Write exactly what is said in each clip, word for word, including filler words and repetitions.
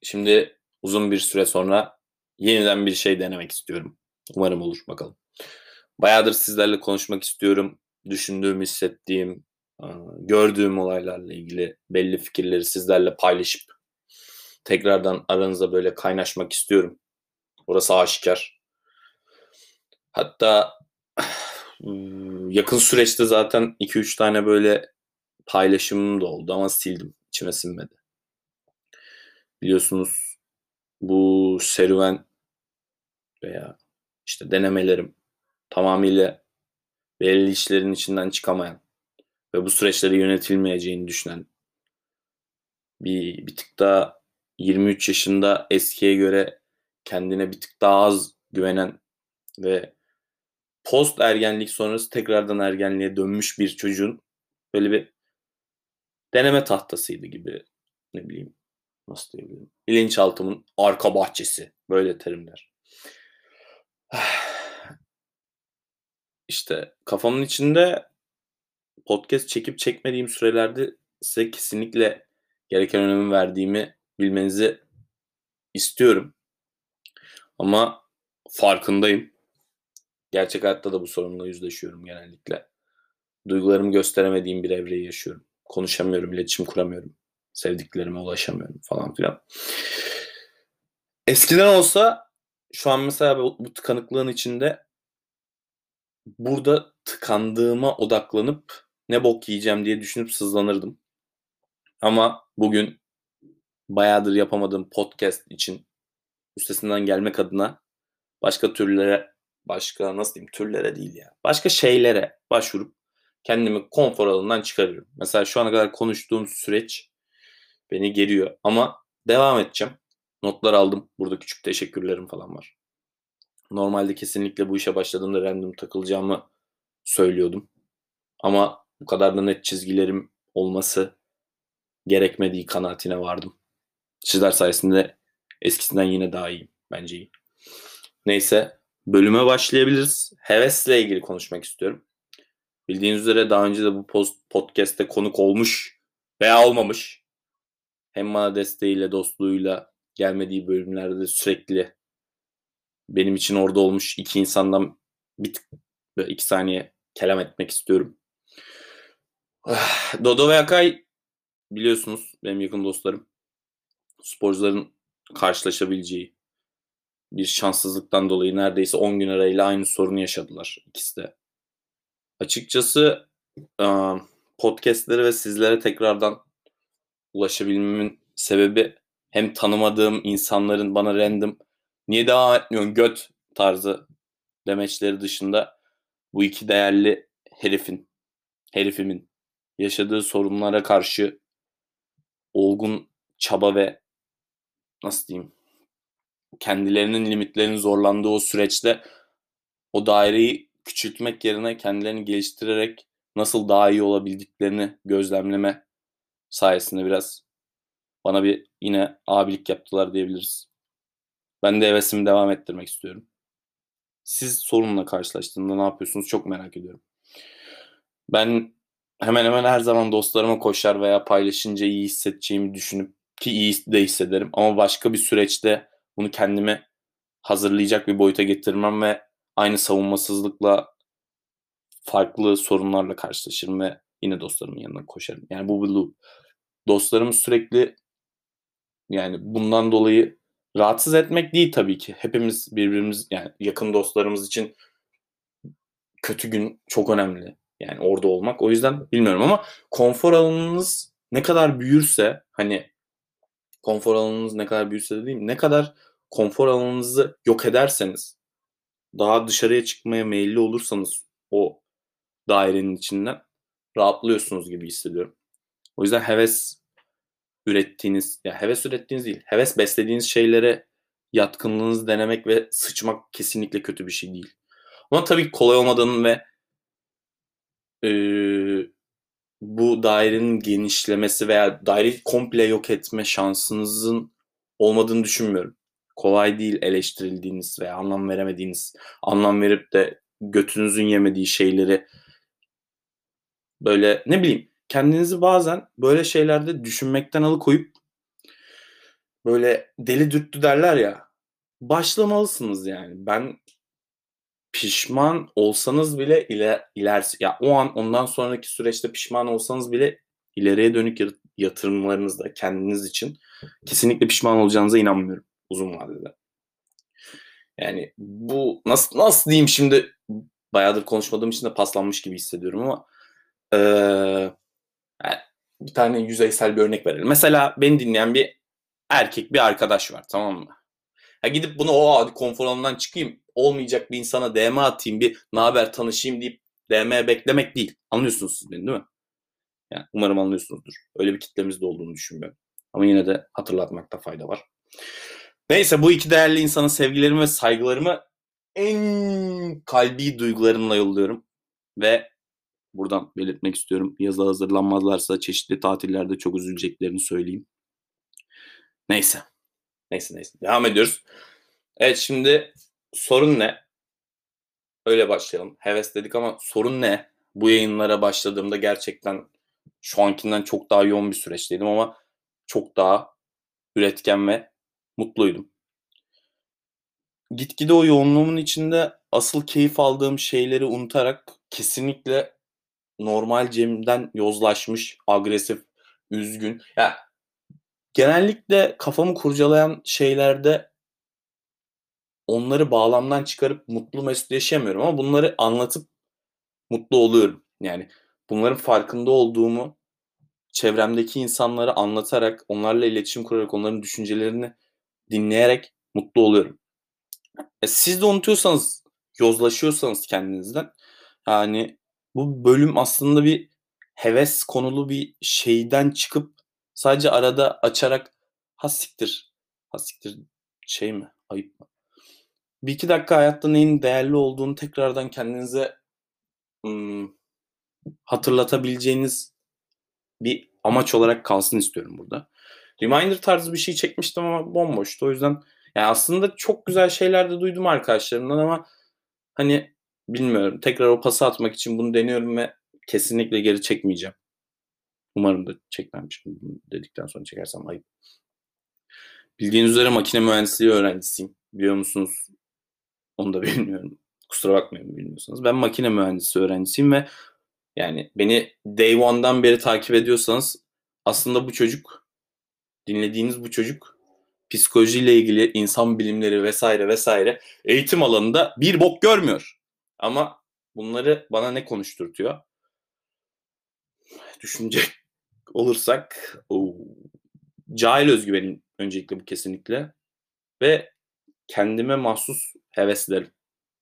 Şimdi uzun bir süre sonra yeniden bir şey denemek istiyorum. Umarım olur, bakalım. Bayağıdır sizlerle konuşmak istiyorum. Düşündüğüm, hissettiğim, aaa, gördüğüm olaylarla ilgili belli fikirleri sizlerle paylaşıp tekrardan aranızda böyle kaynaşmak istiyorum. Orası aşikâr. Hatta, ııı, yakın süreçte zaten iki üç tane böyle paylaşımım da oldu ama sildim. İçime sinmedi. Biliyorsunuz bu serüven veya, işte, denemelerim tamamıyla belirli işlerin içinden çıkamayan ve bu süreçleri yönetilmeyeceğini düşünen, bir bir tık daha yirmi üç yaşında eskiye göre kendine bir tık daha az güvenen ve post ergenlik sonrası tekrardan ergenliğe dönmüş bir çocuğun böyle bir deneme tahtasıydı gibi, ne bileyim, nasıl diyebilirim? Bilinçaltımın arka bahçesi, böyle terimler. İşte, kafamın içinde podcast çekip çekmediğim sürelerde size kesinlikle gereken önemi verdiğimi bilmenizi istiyorum ama farkındayım. Gerçek hayatta da bu sorunla yüzleşiyorum genellikle. Duygularımı gösteremediğim bir evreyi yaşıyorum. Konuşamıyorum, iletişim kuramıyorum. Sevdiklerime ulaşamıyorum falan filan. Eskiden olsa şu an mesela bu bu tıkanıklığın içinde burada tıkandığıma odaklanıp ne bok yiyeceğim diye düşünüp sızlanırdım. Ama bugün bayağıdır yapamadığım podcast için üstesinden gelmek adına başka türlere, başka nasıl diyeyim, türlere değil ya, başka şeylere başvurup kendimi konfor alanından çıkarıyorum. Mesela şu ana kadar konuştuğum süreç beni geriyor ama devam edeceğim. Notlar aldım. Burada küçük teşekkürlerim falan var. Normalde kesinlikle bu işe başladığımda random takılacağımı söylüyordum. Ama bu kadar da net çizgilerim olması gerekmediği kanaatine vardım. Sizler sayesinde eskisinden yine daha iyiyim. Bence iyi. Neyse, bölüme başlayabiliriz. Hevesle ilgili konuşmak istiyorum. Bildiğiniz üzere daha önce de bu post podcast'te konuk olmuş veya olmamış. Hem bana desteğiyle, dostluğuyla gelmediği bölümlerde de sürekli benim için orada olmuş iki insandan bir tık böyle iki saniye kelam etmek istiyorum. Dodo ve Akay biliyorsunuz benim yakın dostlarım. Sporcuların karşılaşabileceği bir şanssızlıktan dolayı neredeyse on gün arayla aynı sorunu yaşadılar ikisi de. Açıkçası, aaa, podcast'lere ve sizlere tekrardan ulaşabilmemin sebebi hem tanımadığım insanların bana random "Niye devam etmiyorsun göt?" tarzı demeçleri dışında bu iki değerli herifin, herifimin yaşadığı sorunlara karşı olgun çaba ve nasıl diyeyim, kendilerinin limitlerinin zorlandığı o süreçte o daireyi küçültmek yerine kendilerini geliştirerek nasıl daha iyi olabildiklerini gözlemleme sayesinde biraz bana bir yine abilik yaptılar diyebiliriz. Ben de hevesimi devam ettirmek istiyorum. Siz sorunla karşılaştığında ne yapıyorsunuz çok merak ediyorum. Ben hemen hemen her zaman dostlarıma koşar veya paylaşınca iyi hissedeceğimi düşünüp ki iyi de hissederim ama başka bir süreçte bunu kendime hazırlayacak bir boyuta getirmem ve aynı savunmasızlıkla farklı sorunlarla karşılaşırım ve yine dostlarımın yanına koşarım. Yani bu bir loop. Dostlarımı sürekli, yani bundan dolayı rahatsız etmek değil tabii ki. Hepimiz birbirimiz, yani yakın dostlarımız için kötü gün çok önemli. Yani orada olmak. O yüzden bilmiyorum ama konfor alanınız ne kadar büyürse, hani konfor alanınız ne kadar büyürse de değil, ne kadar konfor alanınızı yok ederseniz, daha dışarıya çıkmaya meyilli olursanız o dairenin içinden rahatlıyorsunuz gibi hissediyorum. O yüzden heves ürettiğiniz, ya heves ürettiğiniz değil, heves beslediğiniz şeylere yatkınlığınızı denemek ve sıçmak kesinlikle kötü bir şey değil. Ama tabii ki kolay olmadığını ve eee, bu dairenin genişlemesi veya daireyi komple yok etme şansınızın olmadığını düşünmüyorum. Kolay değil eleştirildiğiniz veya anlam veremediğiniz, anlam verip de götünüzün yemediği şeyleri böyle, ne bileyim, kendinizi bazen böyle şeylerde düşünmekten alıkoyup Böyle deli dürttü derler ya, başlamalısınız yani. Ben pişman olsanız bile ile ilerisi ya o an ondan sonraki süreçte pişman olsanız bile ileriye dönük yat yatırımlarınızda kendiniz için kesinlikle pişman olacağınıza inanmıyorum uzun vadede. Yani bu nasıl nasıl diyeyim şimdi, bayağıdır konuşmadığım için de paslanmış gibi hissediyorum ama eee, yani bir tane yüzeysel bir örnek verelim. Mesela beni dinleyen bir erkek bir arkadaş var, tamam mı? Ha gidip bunu o hadi konfor alanından çıkayım, olmayacak bir insana D M atayım, bir naber tanışayım deyip D M beklemek değil. Anlıyorsunuz siz beni değil mi? Yani umarım anlıyorsunuzdur. Öyle bir kitlemiz de olduğunu düşünmüyorum. Ama yine de hatırlatmakta fayda var. Neyse, bu iki değerli insana sevgilerimi ve saygılarımı en kalbi duygularımla yolluyorum. Ve buradan belirtmek istiyorum. Yaza hazırlanmazlarsa çeşitli tatillerde çok üzüleceklerini söyleyeyim. Neyse. Neyse neyse. Devam ediyoruz. Evet, şimdi sorun ne? Öyle başlayalım. Heves dedik ama sorun ne? Bu yayınlara başladığımda gerçekten şu ankinden çok daha yoğun bir süreçteydim ama çok daha üretken ve mutluydum. Gitgide o yoğunluğumun içinde asıl keyif aldığım şeyleri unutarak kesinlikle normal Cem'den yozlaşmış, agresif, üzgün. Ya genellikle kafamı kurcalayan şeylerde onları bağlamdan çıkarıp mutlu mesut yaşayamıyorum ama bunları anlatıp mutlu oluyorum. Yani bunların farkında olduğumu çevremdeki insanlara anlatarak, onlarla iletişim kurarak, onların düşüncelerini dinleyerek mutlu oluyorum. E, siz de unutuyorsanız, yozlaşıyorsanız kendinizden, yani bu bölüm aslında bir heves konulu bir şeyden çıkıp sadece arada açarak ha siktir, ha siktir şey mi, ayıp mı? Bir iki dakika hayatta neyin değerli olduğunu tekrardan kendinize ım, hatırlatabileceğiniz bir amaç olarak kalsın istiyorum burada. Reminder tarzı bir şey çekmiştim ama bomboştu. O yüzden yani aslında çok güzel şeyler de duydum arkadaşlarımdan ama hani bilmiyorum. Tekrar o pası atmak için bunu deniyorum ve kesinlikle geri çekmeyeceğim. Umarım da çekmem. Şimdi bunu dedikten sonra çekersem ayıp. Bildiğiniz üzere makine mühendisliği öğrencisiyim. Biliyor musunuz? Onu da bilmiyorum. Kusura bakmayın bilmiyorsanız. Ben makine mühendisi öğrencisiyim ve yani beni Day One'dan beri takip ediyorsanız aslında bu çocuk, dinlediğiniz bu çocuk psikolojiyle ilgili, insan bilimleri vesaire vesaire eğitim alanında bir bok görmüyor. Ama bunları bana ne konuşturtuyor? Düşünecek olursak o, cahil özgüvenim öncelikle bu kesinlikle ve kendime mahsus heveslerim,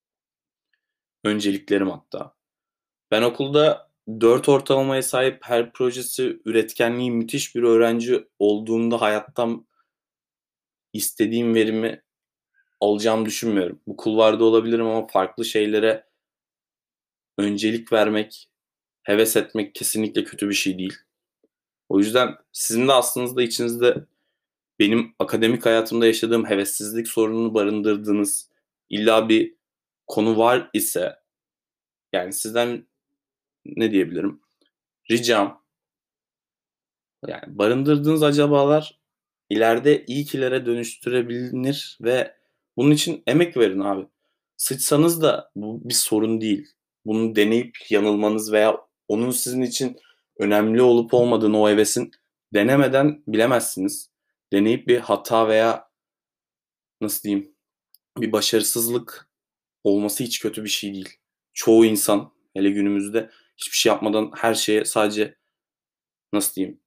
önceliklerim hatta. Ben okulda dört ortalamaya sahip, her projesi üretkenliği müthiş bir öğrenci olduğumda hayattan istediğim verimi alacağımı düşünmüyorum. Bu kulvarda olabilirim ama farklı şeylere öncelik vermek, heves etmek kesinlikle kötü bir şey değil. O yüzden sizin de aslında içinizde benim akademik hayatımda yaşadığım hevessizlik sorununu barındırdığınız illa bir konu var ise, yani sizden ne diyebilirim? Ricam, yani barındırdığınız acabalar ileride iyi kilere dönüştürebilir ve bunun için emek verin abi. Sıçsanız da bu bir sorun değil. Bunu deneyip yanılmanız veya onun sizin için önemli olup olmadığını, o hevesin denemeden bilemezsiniz. Deneyip bir hata veya nasıl diyeyim, bir başarısızlık olması hiç kötü bir şey değil. Çoğu insan hele günümüzde hiçbir şey yapmadan her şeye sadece nasıl diyeyim,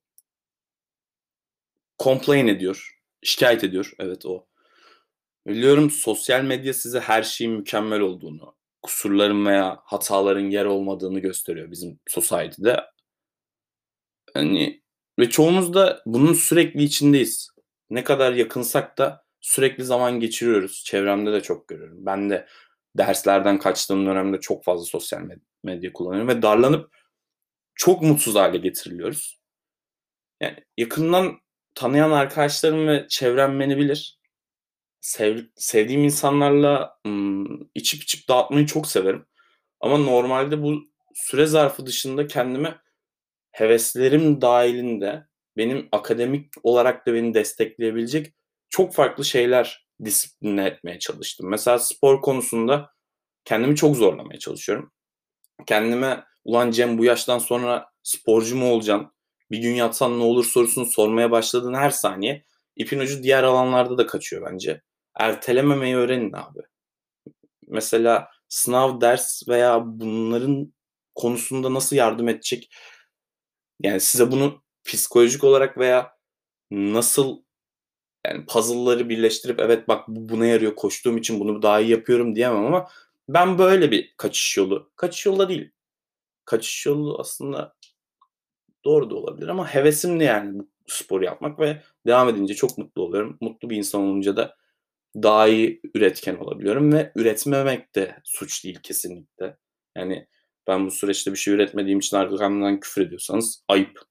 complain ediyor, şikayet ediyor. Evet o. Biliyorum sosyal medya size her şeyin mükemmel olduğunu, kusurların veya hataların yer olmadığını gösteriyor bizim society'de. Hani ve çoğumuz da bunun sürekli içindeyiz. Ne kadar yakınsak da sürekli zaman geçiriyoruz. Çevremde de çok görüyorum. Ben de derslerden kaçtığım dönemde çok fazla sosyal medya kullanıyorum ve darlanıp çok mutsuz hale getiriliyoruz. Yani yakından tanıyan arkadaşlarım ve çevrem beni bilir. Sev, sevdiğim insanlarla ım, içip içip dağıtmayı çok severim. Ama normalde bu süre zarfı dışında kendime heveslerim dahilinde benim akademik olarak da beni destekleyebilecek çok farklı şeyler disipline etmeye çalıştım. Mesela spor konusunda kendimi çok zorlamaya çalışıyorum. Kendime "Ulan Cem bu yaştan sonra sporcu mu olacaksın? Bir gün yatsan ne olur?" sorusunu sormaya başladığın her saniye ipin ucu diğer alanlarda da kaçıyor bence. Ertelememeyi öğrenin abi. Mesela sınav, ders veya bunların konusunda nasıl yardım edecek, yani size bunu psikolojik olarak veya nasıl, yani puzzle'ları birleştirip evet bak bu buna yarıyor, koştuğum için bunu daha iyi yapıyorum diyemem ama ben böyle bir kaçış yolu, kaçış yolu da değil, kaçış yolu aslında doğru da olabilir ama hevesimdi yani bu sporu yapmak ve devam edince çok mutlu oluyorum. Mutlu bir insan olunca da daha iyi üretken olabiliyorum ve üretmemek de suç değil kesinlikle. Yani ben bu süreçte bir şey üretmediğim için arkamdan küfür ediyorsanız ayıp.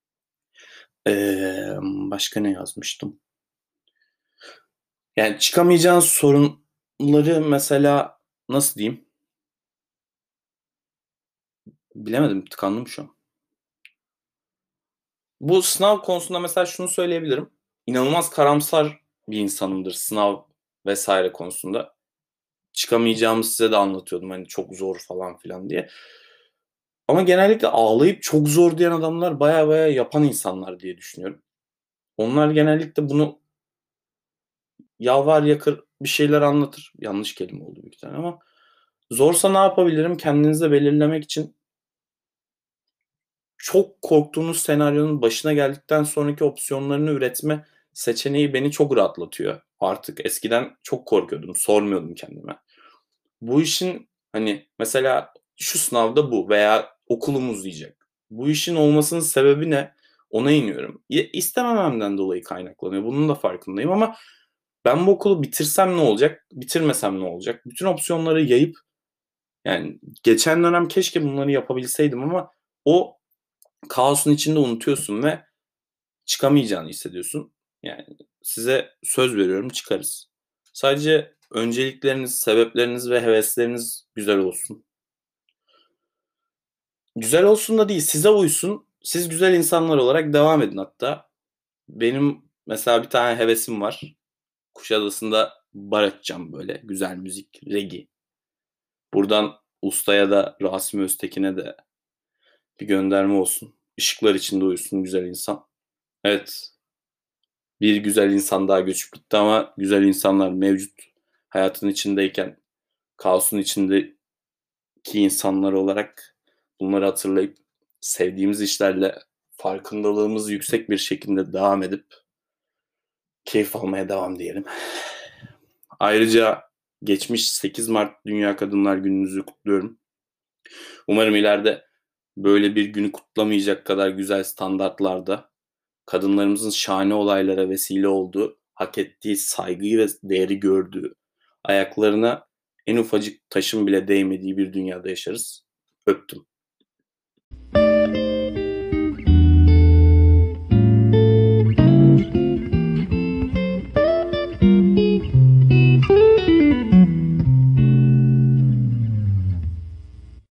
Emm, başka ne yazmıştım? Yani çıkamayacağın sorunları mesela nasıl diyeyim? Bilemedim, tıkandım şu an. Bu sınav konusunda mesela şunu söyleyebilirim. İnanılmaz karamsar bir insanımdır sınav vesaire konusunda. Çıkamayacağımı size de anlatıyordum, hani, çok zor falan filan diye. Ama genellikle ağlayıp çok zor diyen adamlar baya baya yapan insanlar diye düşünüyorum. Onlar genellikle bunu yalvar yakar bir şeyler anlatır. Yanlış kelime oldu büyük ihtimalle ama zorsa ne yapabilirim kendinize belirlemek için çok korktuğunuz senaryonun başına geldikten sonraki opsiyonlarını üretme seçeneği beni çok rahatlatıyor artık. Eskiden çok korkuyordum, sormuyordum kendime. Bu işin, hani, mesela şu sınavda bu veya okulum uzayacak. Bu işin olmasının sebebi ne? Ona iniyorum. Ya, istemememden dolayı kaynaklanıyor. Bunun da farkındayım ama ben bu okulu bitirsem ne olacak? Bitirmesem ne olacak? Bütün opsiyonları yayıp, yani, geçen dönem keşke bunları yapabilseydim ama o kaosun içinde unutuyorsun ve çıkamayacağını hissediyorsun. Yani, size söz veriyorum, çıkarız. Sadece öncelikleriniz, sebepleriniz ve hevesleriniz güzel olsun. Güzel olsun da değil, size uysun. Siz güzel insanlar olarak devam edin hatta. Benim mesela bir tane hevesim var. Kuşadası'nda bar açacağım böyle güzel müzik, reggae. Buradan ustaya da Rasim Öztekin'e de bir gönderme olsun. Işıklar içinde uyusun güzel insan. Evet, bir güzel insan daha göçüp gitti ama güzel insanlar mevcut. Hayatın içindeyken kaosun içindeki insanlar olarak bunları hatırlayıp sevdiğimiz işlerle farkındalığımız yüksek bir şekilde devam edip keyif almaya devam diyelim. Ayrıca geçmiş sekiz Mart Dünya Kadınlar Günü'nüzü kutluyorum. Umarım ileride böyle bir günü kutlamayacak kadar güzel standartlarda kadınlarımızın şahane olaylara vesile olduğu, hak ettiği saygıyı ve değeri gördüğü, ayaklarına en ufacık taşın bile değmediği bir dünyada yaşarız. Öptüm.